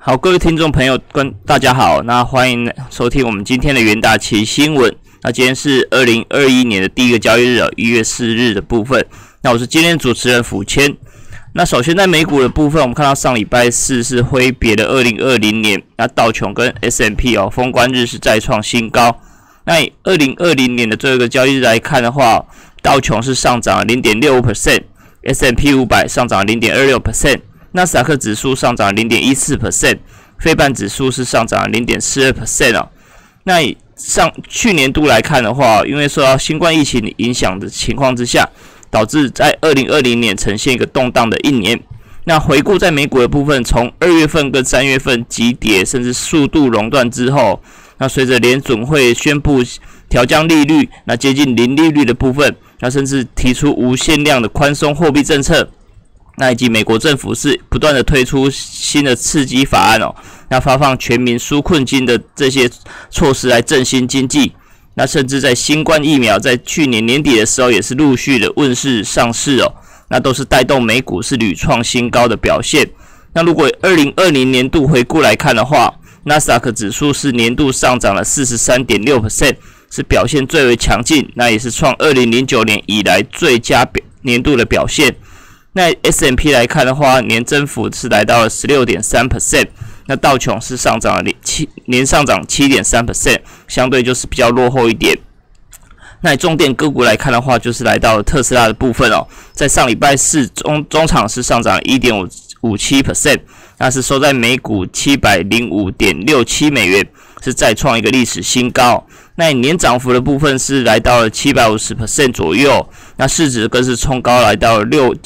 好，各位听众朋友，大家好，那欢迎收听我们今天的元大期新闻。那今天是2021年的第一个交易日1月4日的部分。那我是今天的主持人辅谦。那首先在美股的部分，我们看到上礼拜四是挥别了2020年，那道琼跟 S&P 封关日是再创新高。那以2020年的最后一个交易日来看的话，道琼是上涨了 0.65%，S&P 500上涨了 0.26%， 纳斯达克指数上涨了 0.14%， 费半指数是上涨了 0.42%哦。那以去年度来看的话，因为受到新冠疫情影响的情况之下，导致在2020年呈现一个动荡的一年。那回顾在美股的部分，从2月份跟3月份急跌甚至速度熔断之后，那随着联准会宣布调降利率，那接近零利率的部分，那甚至提出无限量的宽松货币政策，那以及美国政府是不断的推出新的刺激法案那发放全民纾困金的这些措施来振兴经济。那甚至在新冠疫苗在去年年底的时候也是陆续的问世上市那都是带动美股是屡创新高的表现。那如果2020年度回顾来看的话，纳斯达克指数是年度上涨了 43.6%， 是表现最为强劲，那也是创2009年以来最佳年度的表现。那 S&P 来看的话，年增幅是来到了 16.3%， 那道琼是上涨了年上涨 7.3%， 相对就是比较落后一点。那以重点个股来看的话，就是来到了特斯拉的部分在上礼拜四中场是上涨了 1.57%， 那是收在每股 705.67 美元，是再创一个历史新高。那年涨幅的部分是来到了 750% 左右，那市值更是冲高来到了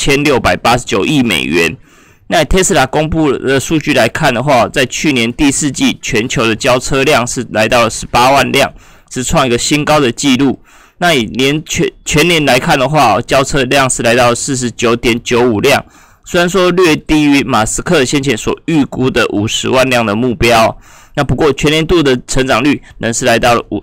6689亿美元。那特斯拉公布的数据来看的话，在去年第四季全球的交车量是来到了18万辆，是创一个新高的纪录。那以全年来看的话，交车量是来到了 49.95 辆，虽然说略低于马斯克先前所预估的50万辆的目标，那不过全年度的成长率仍是来到了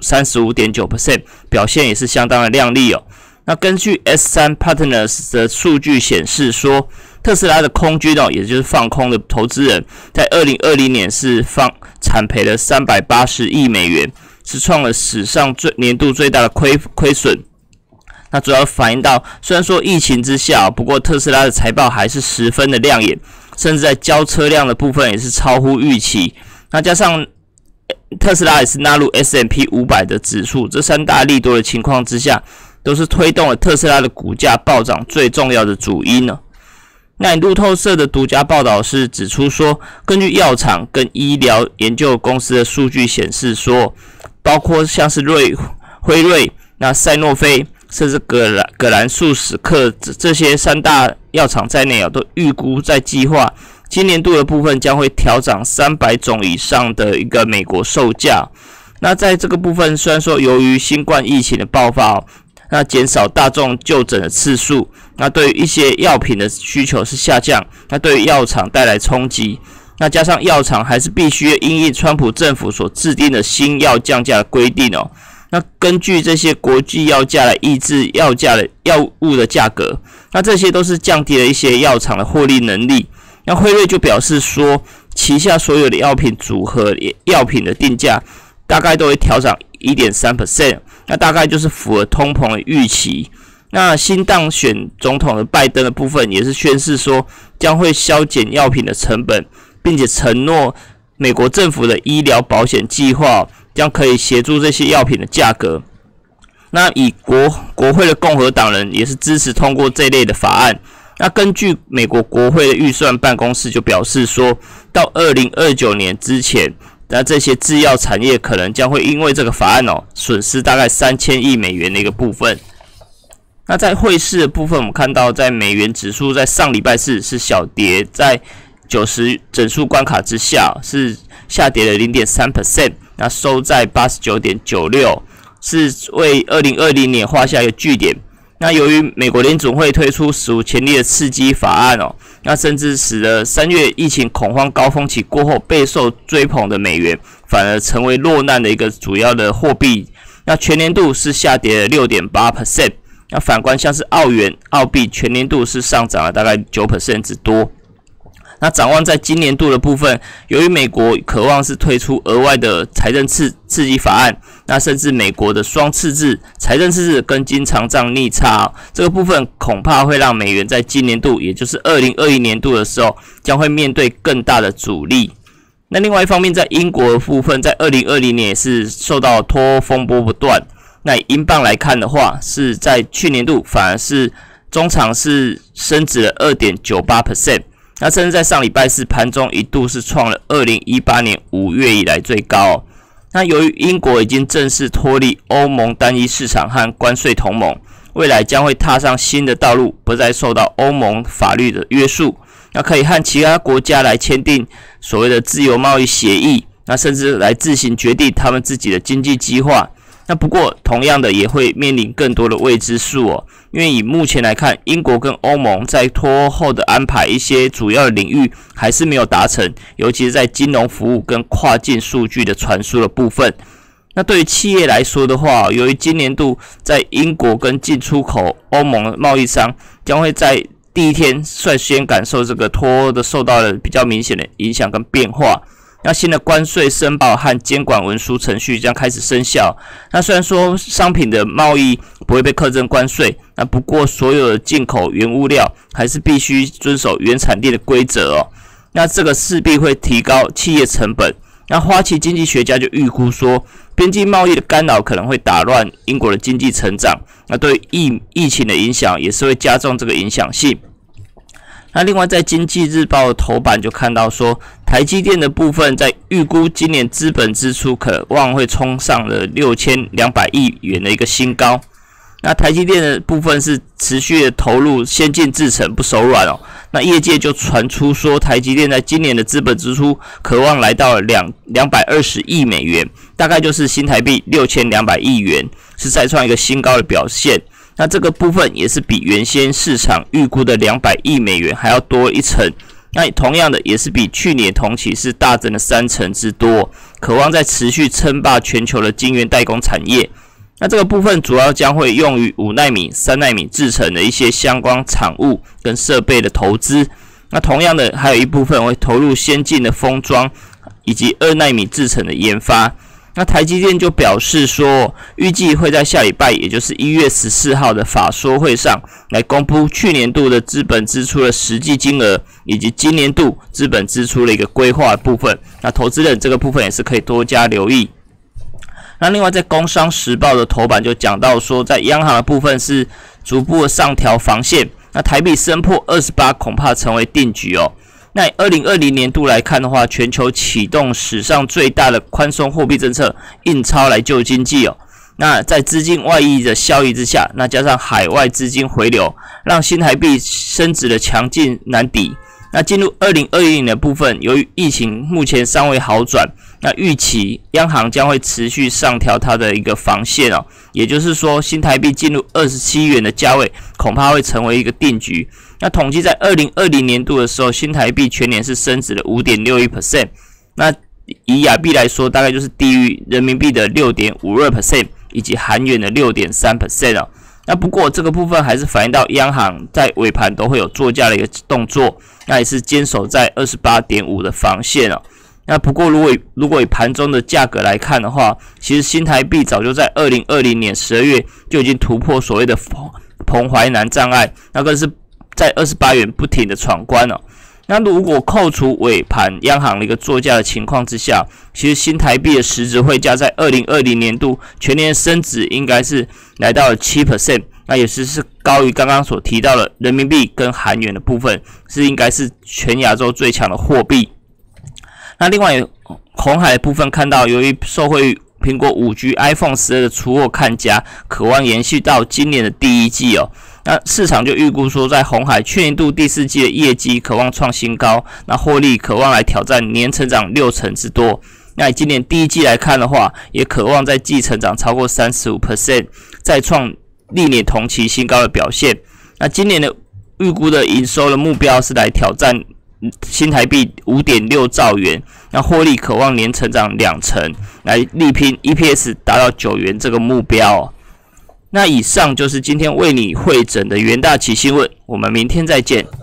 35.9%， 表现也是相当的亮丽那根据 S3 Partners 的数据显示说，特斯拉的空军也就是放空的投资人，在2020年是惨赔了380亿美元，是创了史上年度最大的亏损。那主要反映到，虽然说疫情之下，不过特斯拉的财报还是十分的亮眼，甚至在交车辆的部分也是超乎预期。那加上特斯拉也是纳入 S&P 500的指数，这三大利多的情况之下，都是推动了特斯拉的股价暴涨最重要的主因那路透社的独家报道是指出说，根据药厂跟医疗研究公司的数据显示说，包括像是辉瑞、那赛诺菲，甚至葛兰素史克这些三大药厂在内都预估在计划今年度的部分将会调涨300种以上的一个美国售价。那在这个部分，虽然说由于新冠疫情的爆发那减少大众就诊的次数，那对于一些药品的需求是下降，那对于药厂带来冲击。那加上药厂还是必须因应川普政府所制定的新药降价的规定那根据这些国际药价来抑制药物的价格，那这些都是降低了一些药厂的获利能力。那辉瑞就表示说，旗下所有的药品组合药品的定价大概都会调涨 1.3%， 那大概就是符合通膨的预期。那新当选总统的拜登的部分也是宣示说，将会削减药品的成本，并且承诺美国政府的医疗保险计划将可以协助这些药品的价格。那以国会的共和党人也是支持通过这类的法案。那根据美国国会的预算办公室就表示说，到2029年之前，那这些制药产业可能将会因为这个法案损失大概3000亿美元的一个部分。那在汇市的部分，我们看到在美元指数在上礼拜四是小跌，在90整数关卡之下是下跌了 0.3%， 那收在 89.96， 是为2020年画下一个句点。那由于美国联准会推出史无前例的刺激法案那甚至使得3月疫情恐慌高峰期过后备受追捧的美元反而成为落难的一个主要的货币。那全年度是下跌了 6.8%， 那反观像是澳元、澳币全年度是上涨了大概 9% 之多。 那展望在今年度的部分，由于美国渴望是推出额外的财政刺激法案，那甚至美国的双赤字、财政赤字跟经常账逆差这个部分恐怕会让美元在今年度，也就是2021年度的时候，将会面对更大的阻力。那另外一方面，在英国的部分，在2020年也是受到脱欧风波不断。那以英镑来看的话，是在去年度反而是中场是升值了 2.98%， 那甚至在上礼拜四盘中一度是创了2018年5月以来最高。那由于英国已经正式脱离欧盟单一市场和关税同盟，未来将会踏上新的道路，不再受到欧盟法律的约束，那可以和其他国家来签订所谓的自由贸易协议，那甚至来自行决定他们自己的经济计划。那不过同样的也会面临更多的未知数因为以目前来看，英国跟欧盟在脱欧后的安排一些主要的领域还是没有达成，尤其是在金融服务跟跨境数据的传输的部分。那对于企业来说的话，由于今年度在英国跟进出口欧盟的贸易商将会在第一天率先感受这个脱欧的受到了比较明显的影响跟变化。那新的关税申报和监管文书程序将开始生效。那虽然说商品的贸易不会被课征关税，那不过所有的进口原物料还是必须遵守原产地的规则那这个势必会提高企业成本。那花旗经济学家就预估说，边境贸易的干扰可能会打乱英国的经济成长，那对疫情的影响也是会加重这个影响性。那另外在经济日报的头版就看到说，台积电的部分在预估今年资本支出可望会冲上了6200亿元的一个新高。那台积电的部分是持续的投入先进制程不手软那业界就传出说，台积电在今年的资本支出可望来到了220亿美元，大概就是新台币6200亿元，是再创一个新高的表现。那这个部分也是比原先市场预估的200亿美元还要多一成，那同样的也是比去年同期是大增了3成之多，可望在持续称霸全球的晶圆代工产业。那这个部分主要将会用于5奈米、3奈米制程的一些相关产物跟设备的投资。那同样的还有一部分会投入先进的封装以及2奈米制程的研发。那台积电就表示说，预计会在下礼拜，也就是1月14号的法说会上来公布去年度的资本支出的实际金额，以及今年度资本支出的一个规划部分。那投资人这个部分也是可以多加留意。那另外在工商时报的头版就讲到说，在央行的部分是逐步的上调防线，那台币升破28恐怕成为定局那以2020年度来看的话，全球启动史上最大的宽松货币政策印钞来救经济那在资金外溢的效益之下，那加上海外资金回流，让新台币升值的强劲难抵。那进入2020年的部分，由于疫情目前尚未好转，那预期央行将会持续上调它的一个防线也就是说新台币进入27元的价位恐怕会成为一个定局。那统计在2020年度的时候，新台币全年是升值了 5.61%， 那以亚币来说大概就是低于人民币的 6.52% 以及韩元的 6.3% 那不过这个部分还是反映到央行在尾盘都会有作价的一个动作，那也是坚守在 28.5 的防线那不过如果以盘中的价格来看的话，其实新台币早就在2020年12月就已经突破所谓的彭淮南障碍，那更是在28元不停的闯关那如果扣除尾盘央行的一个作价的情况之下，其实新台币的实质汇价在2020年度全年升值应该是来到了 7%， 那也是高于刚刚所提到的人民币跟韩元的部分，是应该是全亚洲最强的货币。那另外鸿海的部分看到，由于受惠于苹果 5G iPhone 12的出货看佳，渴望延续到今年的第一季那市场就预估说，在鸿海去年度第4季的业绩渴望创新高，那获利渴望来挑战年成长6成之多。那以今年第一季来看的话，也渴望在季成长超过 35%， 再创历年同期新高的表现。那今年的预估的营收的目标是来挑战新台币 5.6 兆元，那获利渴望年成长2成，来力拼 EPS 达到9元这个目标那以上就是今天为你汇整的元大奇新闻，我们明天再见。